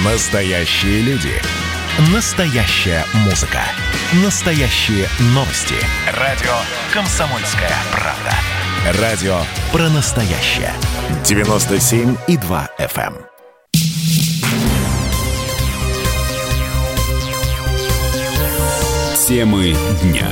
Настоящие люди. Настоящая музыка. Настоящие новости. Радио «Комсомольская правда». Радио про настоящее. 97,2 FM. Темы дня.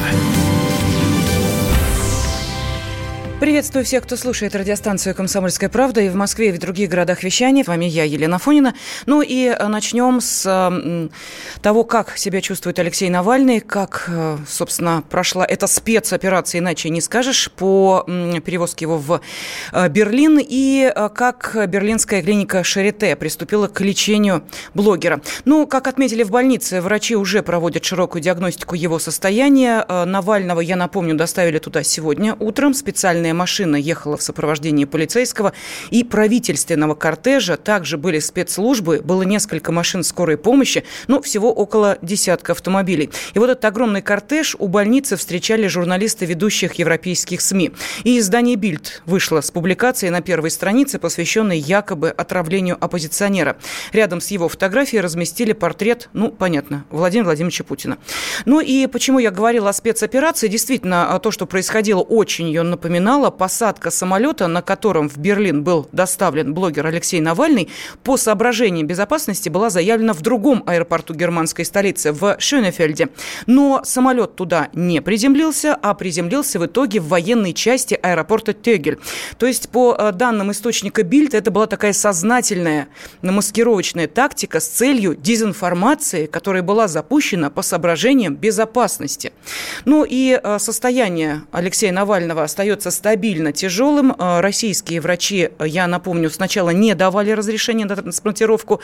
Приветствую всех, кто слушает радиостанцию «Комсомольская правда» и в Москве, и в других городах вещания. С вами я, Елена Афонина. Ну и начнем с того, как себя чувствует Алексей Навальный, как, собственно, прошла эта спецоперация, иначе не скажешь, по перевозке его в Берлин, и как берлинская клиника Шарите приступила к лечению блогера. Ну, как отметили в больнице, врачи уже проводят широкую диагностику его состояния. Навального, я напомню, доставили туда сегодня утром. Специальная машина ехала в сопровождении полицейского и правительственного кортежа. Также были спецслужбы, было несколько машин скорой помощи, но всего около десятка автомобилей. И вот этот огромный кортеж у больницы встречали журналисты ведущих европейских СМИ. И издание «Бильд» вышло с публикацией на первой странице, посвященной якобы отравлению оппозиционера. Рядом с его фотографией разместили портрет, понятно, Владимира Владимировича Путина. Ну и почему я говорила о спецоперации? Действительно, то, что происходило, очень ее напоминало. Посадка самолета, на котором в Берлин был доставлен блогер Алексей Навальный, по соображениям безопасности была заявлена в другом аэропорту германской столицы, в Шönефельде. Но самолет туда не приземлился, а приземлился в итоге в военной части аэропорта Тегель. То есть, по данным источника Бильд, это была такая сознательная маскировочная тактика с целью дезинформации, которая была запущена по соображениям безопасности. Ну и состояние Алексея Навального остается стабильно тяжелым. Российские врачи, я напомню, сначала не давали разрешения на транспортировку,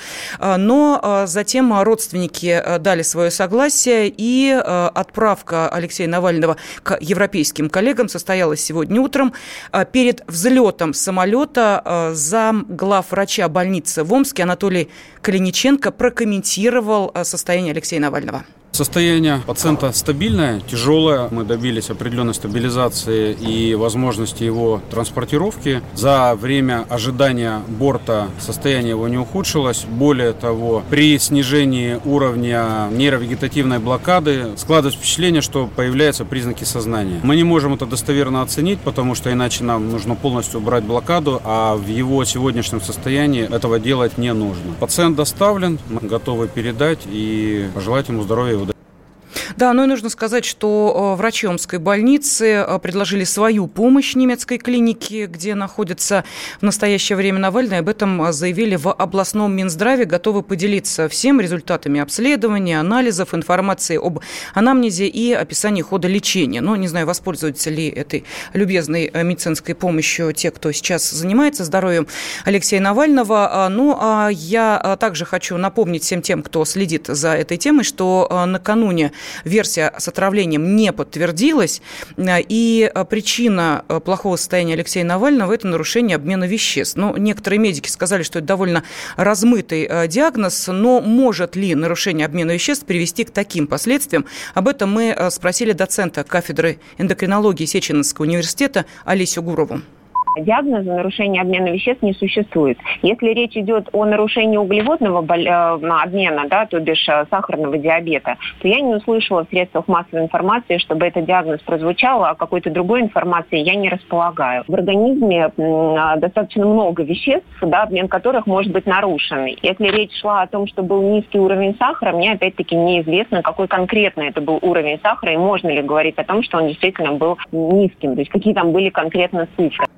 но затем родственники дали свое согласие, и отправка Алексея Навального к европейским коллегам состоялась сегодня утром. Перед взлетом самолета замглавврача больницы в Омске Анатолий Калиниченко прокомментировал состояние Алексея Навального. Состояние пациента стабильное, тяжелое. Мы добились определенной стабилизации и возможности его транспортировки. За время ожидания борта состояние его не ухудшилось. Более того, при снижении уровня нейровегетативной блокады складывается впечатление, что появляются признаки сознания. Мы не можем это достоверно оценить, потому что иначе нам нужно полностью убрать блокаду, а в его сегодняшнем состоянии этого делать не нужно. Пациент доставлен, мы готовы передать и пожелать ему здоровья. Да, но и нужно сказать, что врачи Омской больницы предложили свою помощь немецкой клинике, где находится в настоящее время Навальный. Об этом заявили в областном Минздраве, готовы поделиться всем результатами обследования, анализов, информацией об анамнезе и описании хода лечения. Но не знаю, воспользуются ли этой любезной медицинской помощью те, кто сейчас занимается здоровьем Алексея Навального. Ну, а я также хочу напомнить всем тем, кто следит за этой темой, что накануне версия с отравлением не подтвердилась, и причина плохого состояния Алексея Навального – это нарушение обмена веществ. Но некоторые медики сказали, что это довольно размытый диагноз, но может ли нарушение обмена веществ привести к таким последствиям? Об этом мы спросили доцента кафедры эндокринологии Сеченовского университета Олесю Гурову. Диагноза нарушения обмена веществ не существует. Если речь идет о нарушении углеводного обмена, то бишь сахарного диабета, то я не услышала в средствах массовой информации, чтобы этот диагноз прозвучал, а какой-то другой информации я не располагаю. В организме достаточно много веществ, обмен которых может быть нарушен. Если речь шла о том, что был низкий уровень сахара, мне опять-таки неизвестно, какой конкретно это был уровень сахара, и можно ли говорить о том, что он действительно был низким, то есть какие там были конкретно цифры.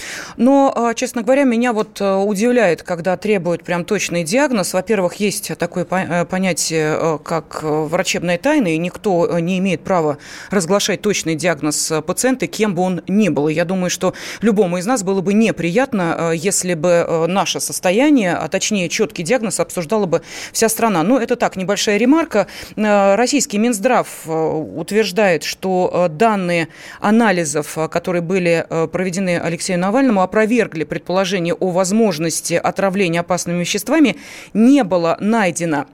Но, честно говоря, меня удивляет, когда требуют прям точный диагноз. Во-первых, есть такое понятие, как врачебная тайна, и никто не имеет права разглашать точный диагноз пациента, кем бы он ни был. И я думаю, что любому из нас было бы неприятно, если бы наше состояние, а точнее четкий диагноз, обсуждала бы вся страна. Но это так, небольшая ремарка. Российский Минздрав утверждает, что данные анализов, которые были проведены Алексею Навальному, Навальному опровергли предположение о возможности отравления опасными веществами, не было найдено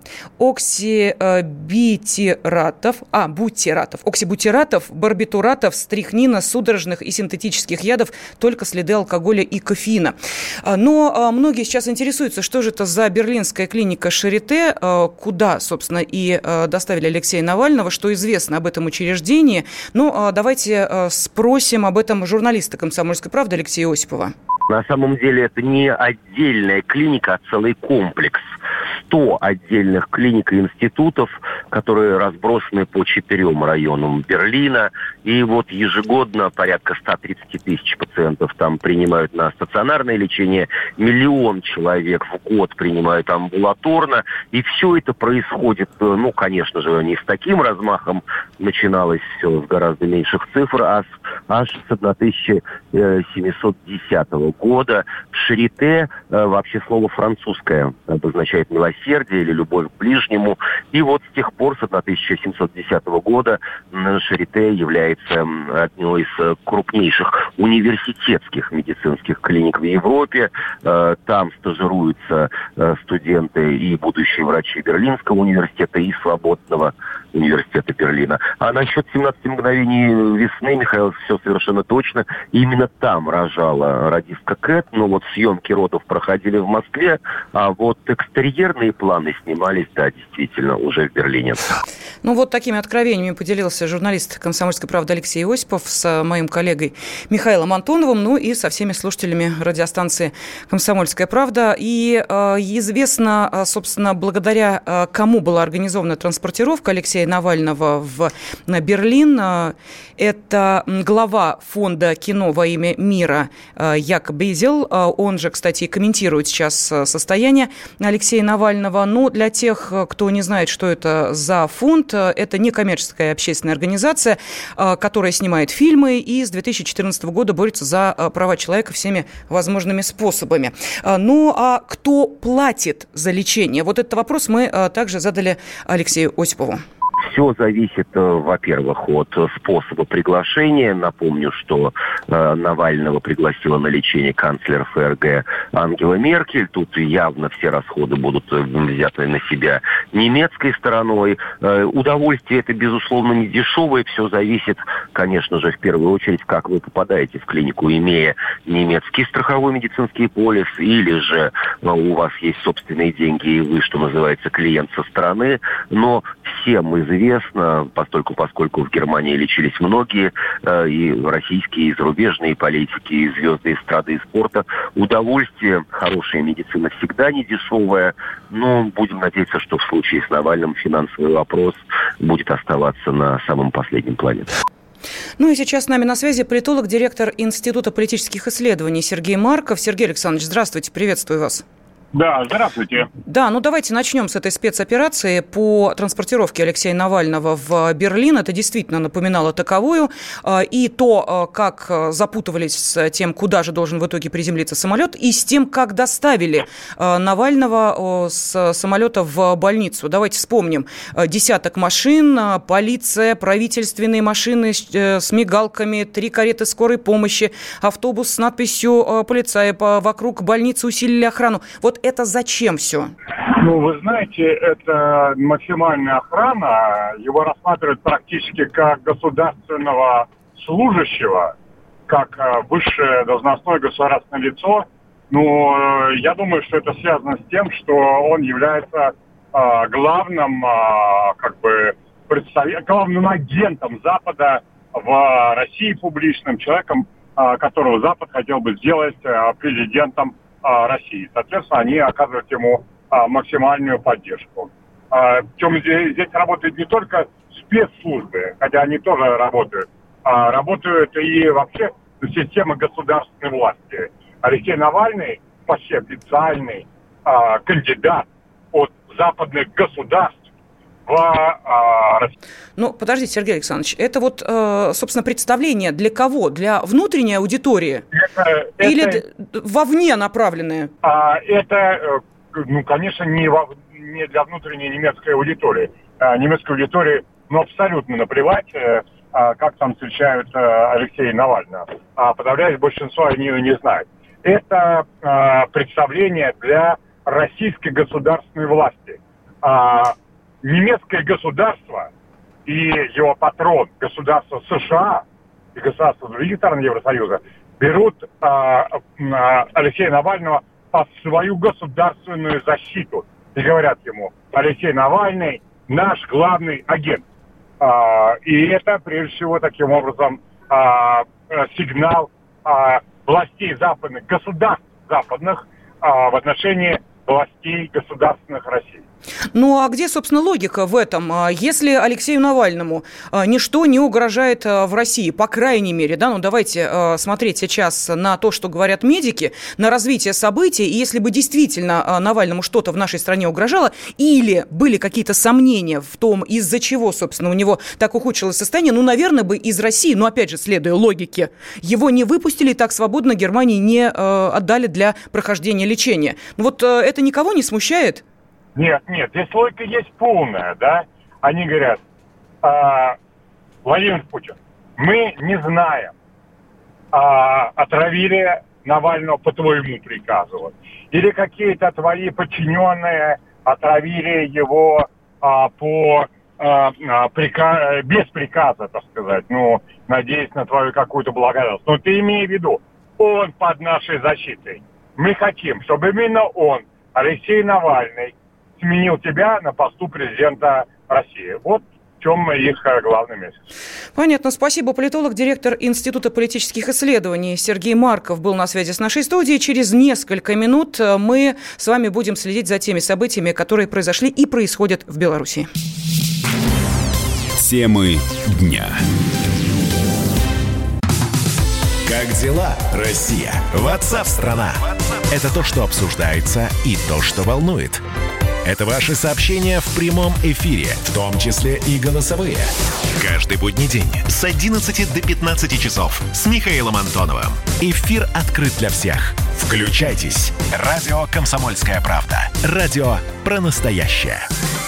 оксибутиратов, барбитуратов, стрихнина, судорожных и синтетических ядов, только следы алкоголя и кофеина. Но многие сейчас интересуются, что же это за берлинская клиника Шарите, куда, собственно, и доставили Алексея Навального, что известно об этом учреждении. Ну, давайте спросим об этом журналиста «Комсомольской правды» Алексея Осипова. На самом деле это не отдельная клиника, а целый комплекс. 100 отдельных клиник и институтов, которые разбросаны по 4 районам Берлина. И вот ежегодно порядка 130 тысяч пациентов там принимают на стационарное лечение. 1 миллион человек в год принимают амбулаторно. И все это происходит, ну, конечно же, не с таким размахом. Начиналось все с гораздо меньших цифр, аж с 1710 года. Шарите, вообще слово французское, обозначает милосердие или любовь к ближнему. И вот с тех пор, с 1710 года, Шарите является одной из крупнейших университетских медицинских клиник в Европе. Там стажируются студенты и будущие врачи Берлинского университета и Свободного университета Берлина. А насчет 17 мгновений весны, Михаил, все совершенно точно. Именно там рожала радистка Кэт, но вот съемки родов проходили в Москве, а вот экстерьерные планы снимались, да, действительно, уже в Берлине. Ну вот такими откровениями поделился журналист «Комсомольской правды» Алексей Осипов с моим коллегой Михаилом Антоновым, ну и со всеми слушателями радиостанции «Комсомольская правда». И известно, собственно, благодаря кому была организована транспортировка Алексея Навального в Берлин. Это глава фонда кино «Во имя мира» Як Безел. Он же, кстати, комментирует сейчас состояние Алексея Навального. Но для тех, кто не знает, что это за фонд, это некоммерческая общественная организация, которая снимает фильмы и с 2014 года борется за права человека всеми возможными способами. Ну, а кто платит за лечение? Вот этот вопрос мы также задали Алексею Осипову. Все зависит, во-первых, от способа приглашения. Напомню, что Навального пригласила на лечение канцлер ФРГ Ангела Меркель. Тут явно все расходы будут взяты на себя немецкой стороной. Удовольствие это, безусловно, не дешевое. Все зависит, конечно же, в первую очередь, как вы попадаете в клинику, имея немецкий страховой медицинский полис, или же у вас есть собственные деньги, и вы, что называется, клиент со стороны. Но всем известно, поскольку в Германии лечились многие, и российские, и зарубежные политики, и звезды эстрады и спорта. Удовольствие, хорошая медицина всегда не дешевая, но будем надеяться, что в случае с Навальным финансовый вопрос будет оставаться на самом последнем плане. Ну и сейчас с нами на связи политолог, директор Института политических исследований Сергей Марков. Сергей Александрович, здравствуйте, приветствую вас. Да, здравствуйте. Да, ну давайте начнем с этой спецоперации по транспортировке Алексея Навального в Берлин. Это действительно напоминало таковую. И то, как запутывались с тем, куда же должен в итоге приземлиться самолет, и с тем, как доставили Навального с самолета в больницу. Давайте вспомним. Десяток машин, полиция, правительственные машины с мигалками, 3 кареты скорой помощи, автобус с надписью «Полицаи», вокруг больницы усилили охрану. Вот это зачем все? Ну, вы знаете, это максимальная охрана. Его рассматривают практически как государственного служащего, как высшее должностное государственное лицо. Но я думаю, что это связано с тем, что он является главным, главным агентом Запада в России, публичным человеком, которого Запад хотел бы сделать президентом России. Соответственно, они оказывают ему максимальную поддержку. Причем здесь работают не только спецслужбы, хотя они тоже работают, а работают и вообще система государственной власти. Алексей Навальный почти официальный кандидат от западных государств в России. Ну, подождите, Сергей Александрович, это вот, собственно, представление для кого? Для внутренней аудитории? Или вовне направленное? Это, конечно, не для внутренней немецкой аудитории. Немецкой аудитории, абсолютно наплевать. как там встречают Алексея Навального. А подавляющее большинство они ее не знают. Это представление для российской государственной власти. Немецкое государство и его патрон, государство США и государство других стран Евросоюза, берут Алексея Навального под свою государственную защиту. И говорят ему: Алексей Навальный наш главный агент. И это, прежде всего, таким образом, сигнал властей западных, государств западных в отношении властей государственных России. Ну, а где, собственно, логика в этом? Если Алексею Навальному ничто не угрожает в России, по крайней мере, да, ну, давайте смотреть сейчас на то, что говорят медики, на развитие событий, и если бы действительно Навальному что-то в нашей стране угрожало, или были какие-то сомнения в том, из-за чего, собственно, у него так ухудшилось состояние, ну, наверное, бы из России, но, опять же, следуя логике, его не выпустили так свободно, Германии не отдали для прохождения лечения. Вот это никого не смущает? Нет, здесь логика есть полная, да. Они говорят: Владимир Путин, мы не знаем, отравили Навального по твоему приказу, или какие-то твои подчиненные отравили его без приказа, так сказать, ну, надеясь на твою какую-то благодарность. Но ты имей в виду, он под нашей защитой. Мы хотим, чтобы именно он, Алексей Навальный, сменил тебя на посту президента России. Вот в чем их главный месседж. Понятно, спасибо. Политолог, директор Института политических исследований Сергей Марков был на связи с нашей студией. Через несколько минут мы с вами будем следить за теми событиями, которые произошли и происходят в Беларуси. Темы дня. Как дела, Россия? WhatsApp-страна. Это то, что обсуждается, и то, что волнует. Это ваши сообщения в прямом эфире, в том числе и голосовые. Каждый будний день с 11 до 15 часов с Михаилом Антоновым. Эфир открыт для всех. Включайтесь. Радио «Комсомольская правда». Радио про настоящее.